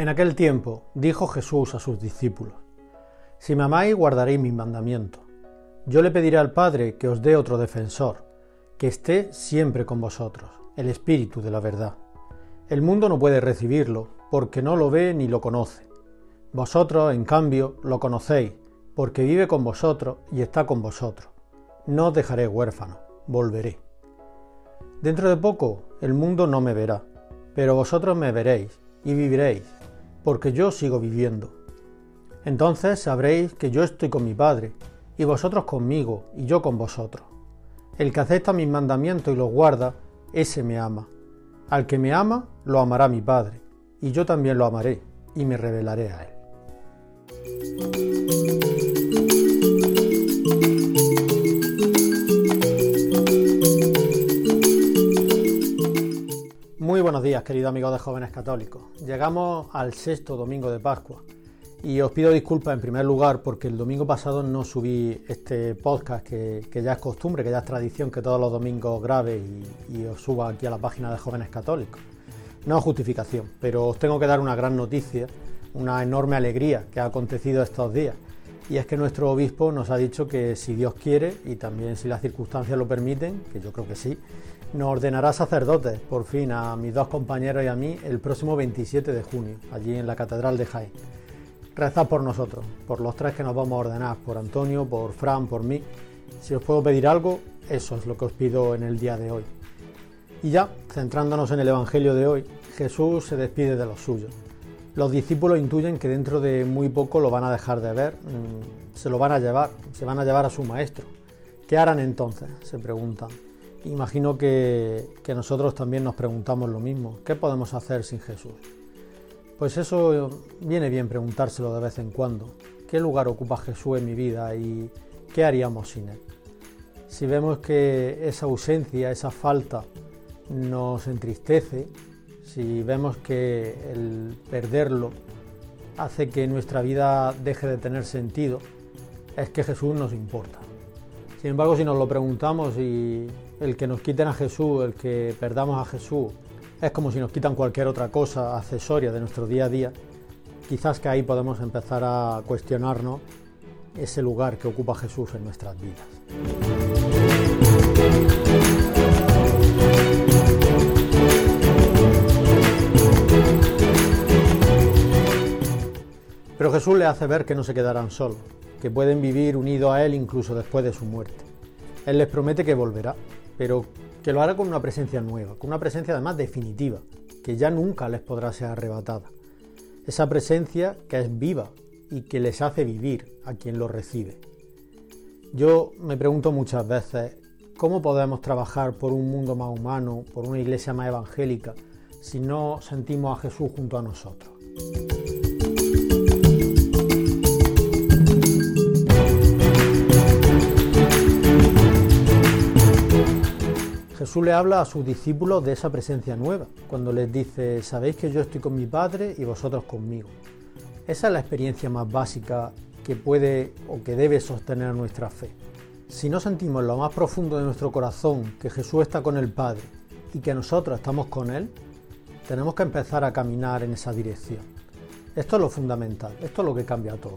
En aquel tiempo dijo Jesús a sus discípulos: Si me amáis, guardaréis mis mandamientos. Yo le pediré al Padre que os dé otro defensor, que esté siempre con vosotros, el Espíritu de la verdad. El mundo no puede recibirlo, porque no lo ve ni lo conoce. Vosotros, en cambio, lo conocéis, porque vive con vosotros y está con vosotros. No os dejaré huérfanos, volveré. Dentro de poco el mundo no me verá, pero vosotros me veréis y viviréis, porque yo sigo viviendo. Entonces sabréis que yo estoy con mi Padre, y vosotros conmigo, y yo con vosotros. El que acepta mis mandamientos y los guarda, ese me ama. Al que me ama, lo amará mi Padre, y yo también lo amaré, y me revelaré a él. Muy buenos días, queridos amigos de Jóvenes Católicos. Llegamos al sexto domingo de Pascua y os pido disculpas en primer lugar porque el domingo pasado no subí este podcast que ya es costumbre, que ya es tradición que todos los domingos grabe y os suba aquí a la página de Jóvenes Católicos. No es justificación, pero os tengo que dar una gran noticia, una enorme alegría que ha acontecido estos días. Y es que nuestro obispo nos ha dicho que si Dios quiere y también si las circunstancias lo permiten, que yo creo que sí, nos ordenará sacerdotes, por fin, a mis dos compañeros y a mí el próximo 27 de junio, allí en la Catedral de Jaén. Rezad por nosotros, por los tres que nos vamos a ordenar, por Antonio, por Fran, por mí. Si os puedo pedir algo, eso es lo que os pido en el día de hoy. Y ya, centrándonos en el Evangelio de hoy, Jesús se despide de los suyos. Los discípulos intuyen que dentro de muy poco lo van a dejar de ver, se van a llevar a su maestro. ¿Qué harán entonces?, se preguntan. Imagino que nosotros también nos preguntamos lo mismo. ¿Qué podemos hacer sin Jesús? Pues eso viene bien preguntárselo de vez en cuando. ¿Qué lugar ocupa Jesús en mi vida y qué haríamos sin él? Si vemos que esa ausencia, esa falta nos entristece, si vemos que el perderlo hace que nuestra vida deje de tener sentido, es que Jesús nos importa. Sin embargo, si nos lo preguntamos y el que nos quiten a Jesús, el que perdamos a Jesús, es como si nos quitan cualquier otra cosa accesoria de nuestro día a día, quizás que ahí podemos empezar a cuestionarnos ese lugar que ocupa Jesús en nuestras vidas. Pero Jesús les hace ver que no se quedarán solos, que pueden vivir unidos a Él incluso después de su muerte. Él les promete que volverá, pero que lo hará con una presencia nueva, con una presencia además definitiva, que ya nunca les podrá ser arrebatada. Esa presencia que es viva y que les hace vivir a quien lo recibe. Yo me pregunto muchas veces, ¿cómo podemos trabajar por un mundo más humano, por una iglesia más evangélica, si no sentimos a Jesús junto a nosotros? Jesús le habla a sus discípulos de esa presencia nueva, cuando les dice: sabéis que yo estoy con mi Padre y vosotros conmigo. Esa es la experiencia más básica que puede o que debe sostener nuestra fe. Si no sentimos en lo más profundo de nuestro corazón que Jesús está con el Padre y que nosotros estamos con Él, tenemos que empezar a caminar en esa dirección. Esto es lo fundamental, esto es lo que cambia todo.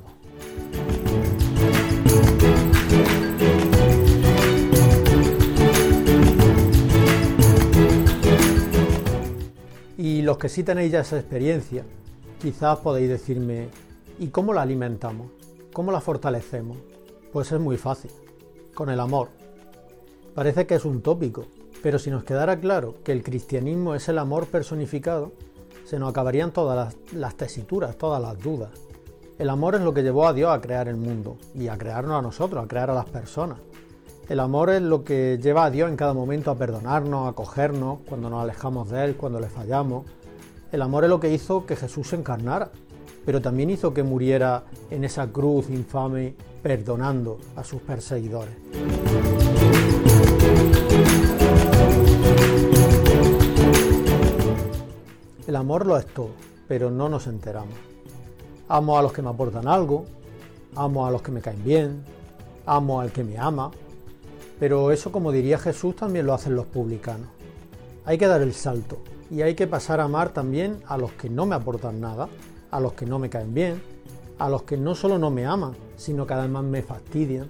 Y los que sí tenéis ya esa experiencia, quizás podéis decirme: ¿y cómo la alimentamos? ¿Cómo la fortalecemos? Pues es muy fácil, con el amor. Parece que es un tópico, pero si nos quedara claro que el cristianismo es el amor personificado, se nos acabarían todas las tesituras, todas las dudas. El amor es lo que llevó a Dios a crear el mundo y a crearnos a nosotros, a crear a las personas. El amor es lo que lleva a Dios en cada momento a perdonarnos, a acogernos cuando nos alejamos de Él, cuando le fallamos. El amor es lo que hizo que Jesús se encarnara, pero también hizo que muriera en esa cruz infame perdonando a sus perseguidores. El amor lo es todo, pero no nos enteramos. Amo a los que me aportan algo, amo a los que me caen bien, amo al que me ama. Pero eso, como diría Jesús, también lo hacen los publicanos. Hay que dar el salto y hay que pasar a amar también a los que no me aportan nada, a los que no me caen bien, a los que no solo no me aman, sino que además me fastidian.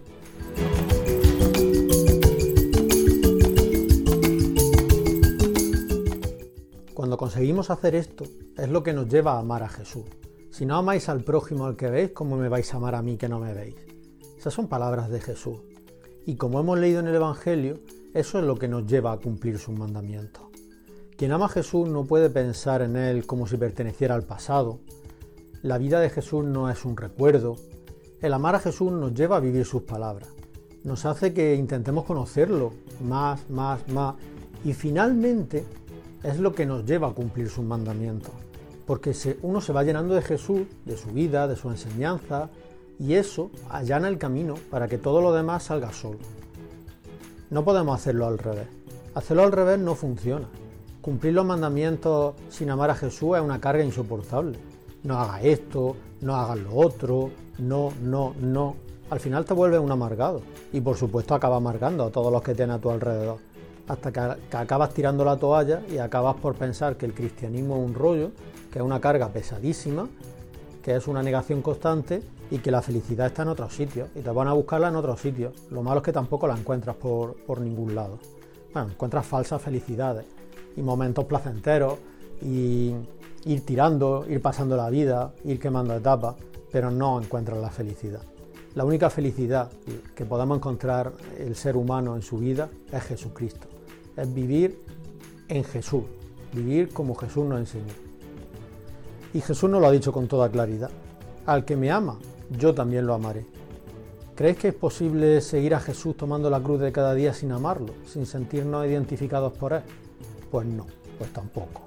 Cuando conseguimos hacer esto, es lo que nos lleva a amar a Jesús. Si no amáis al prójimo al que veis, ¿cómo me vais a amar a mí que no me veis? Esas son palabras de Jesús. Y como hemos leído en el Evangelio, eso es lo que nos lleva a cumplir sus mandamientos. Quien ama a Jesús no puede pensar en él como si perteneciera al pasado. La vida de Jesús no es un recuerdo. El amar a Jesús nos lleva a vivir sus palabras. Nos hace que intentemos conocerlo más. Y finalmente es lo que nos lleva a cumplir sus mandamientos. Porque uno se va llenando de Jesús, de su vida, de su enseñanza, y eso allana el camino para que todo lo demás salga solo. No podemos hacerlo al revés. Hacerlo al revés no funciona. Cumplir los mandamientos sin amar a Jesús es una carga insoportable. No hagas esto, no hagas lo otro, no. Al final te vuelves un amargado y por supuesto acabas amargando a todos los que tienes a tu alrededor. Hasta que acabas tirando la toalla y acabas por pensar que el cristianismo es un rollo, que es una carga pesadísima, que es una negación constante y que la felicidad está en otros sitios y te van a buscarla en otros sitios. Lo malo es que tampoco la encuentras por ningún lado. Bueno, encuentras falsas felicidades y momentos placenteros y ir tirando, ir pasando la vida, ir quemando etapas, pero no encuentras la felicidad. La única felicidad que podemos encontrar el ser humano en su vida es Jesucristo. Es vivir en Jesús, vivir como Jesús nos enseñó. Y Jesús nos lo ha dicho con toda claridad. Al que me ama, yo también lo amaré. ¿Creéis que es posible seguir a Jesús tomando la cruz de cada día sin amarlo, sin sentirnos identificados por él? Pues no, pues tampoco.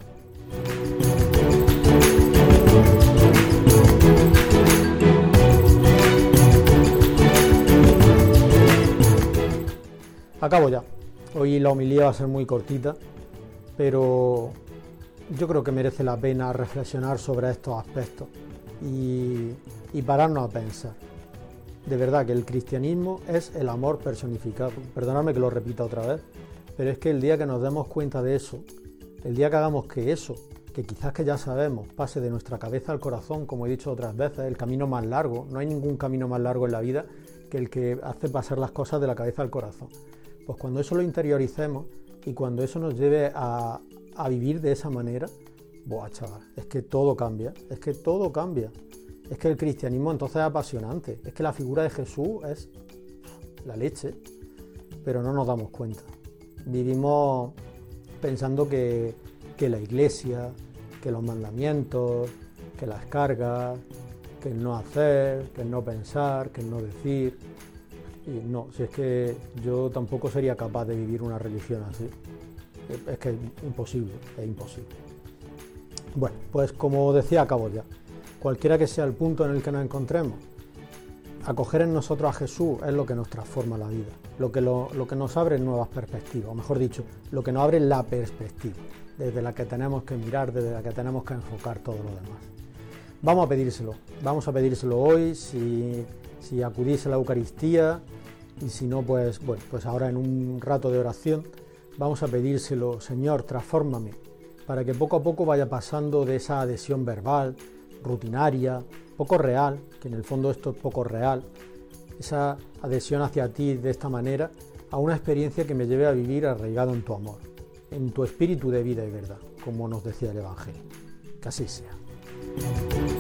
Acabo ya. Hoy la homilía va a ser muy cortita, pero yo creo que merece la pena reflexionar sobre estos aspectos y pararnos a pensar. De verdad que el cristianismo es el amor personificado. Perdonadme que lo repita otra vez, pero es que el día que nos demos cuenta de eso, el día que hagamos que eso, que quizás que ya sabemos, pase de nuestra cabeza al corazón, como he dicho otras veces, el camino más largo, no hay ningún camino más largo en la vida que el que hace pasar las cosas de la cabeza al corazón. Pues cuando eso lo interioricemos y cuando eso nos lleve a vivir de esa manera, ¡buah, chaval! Es que todo cambia, es que todo cambia. Es que el cristianismo entonces es apasionante, es que la figura de Jesús es la leche, pero no nos damos cuenta. Vivimos pensando que la iglesia, que los mandamientos, que las cargas, que el no hacer, que el no pensar, que el no decir. Y no, si es que yo tampoco sería capaz de vivir una religión así. Es que es imposible, es imposible. Bueno, pues como decía, acabo ya. Cualquiera que sea el punto en el que nos encontremos, acoger en nosotros a Jesús es lo que nos transforma la vida, lo que nos abre nuevas perspectivas, o mejor dicho, lo que nos abre la perspectiva, desde la que tenemos que mirar, desde la que tenemos que enfocar todo lo demás. Vamos a pedírselo hoy, si acudís a la Eucaristía, y si no, pues ahora en un rato de oración, vamos a pedírselo: Señor, transfórmame, para que poco a poco vaya pasando de esa adhesión verbal, rutinaria, poco real, que en el fondo esto es poco real, esa adhesión hacia ti de esta manera, a una experiencia que me lleve a vivir arraigado en tu amor, en tu espíritu de vida y verdad, como nos decía el Evangelio. Que así sea.